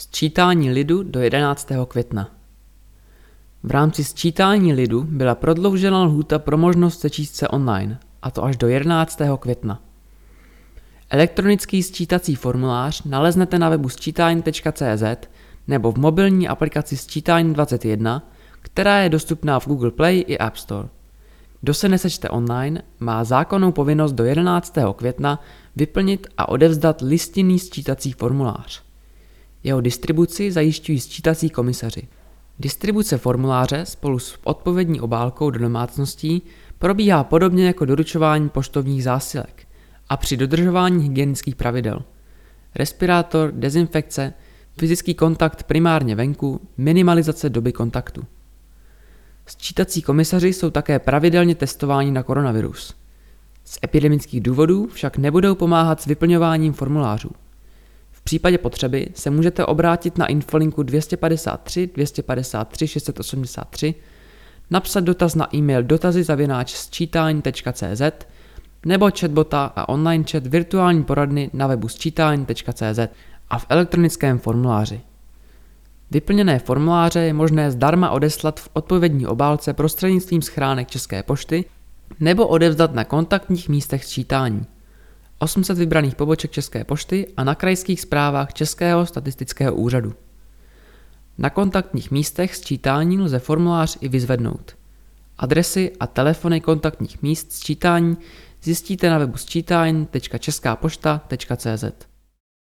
Sčítání lidu do 11. května. V rámci sčítání lidu byla prodloužena lhůta pro možnost sečíst se online, a to až do 11. května. Elektronický sčítací formulář naleznete na webu sčítání.cz nebo v mobilní aplikaci Sčítání 21, která je dostupná v Google Play i App Store. Kdo se nesečte online, má zákonnou povinnost do 11. května vyplnit a odevzdat listinný sčítací formulář. Jeho distribuci zajišťují sčítací komisaři. Distribuce formuláře spolu s odpovědní obálkou do domácností probíhá podobně jako doručování poštovních zásilek a při dodržování hygienických pravidel. Respirátor, dezinfekce, fyzický kontakt primárně venku, minimalizace doby kontaktu. Sčítací komisaři jsou také pravidelně testováni na koronavirus. Z epidemických důvodů však nebudou pomáhat s vyplňováním formulářů. V případě potřeby se můžete obrátit na infolinku 253 253 683, napsat dotaz na e-mail dotazy@sčítání.cz nebo chatbota a online chat virtuální poradny na webu sčítání.cz a v elektronickém formuláři. Vyplněné formuláře je možné zdarma odeslat v odpovědní obálce prostřednictvím schránek České pošty nebo odevzdat na kontaktních místech sčítání. 800 vybraných poboček České pošty a na krajských správách Českého statistického úřadu. Na kontaktních místech sčítání lze formulář i vyzvednout. Adresy a telefony kontaktních míst sčítání zjistíte na webu sčítání.českapošta.cz.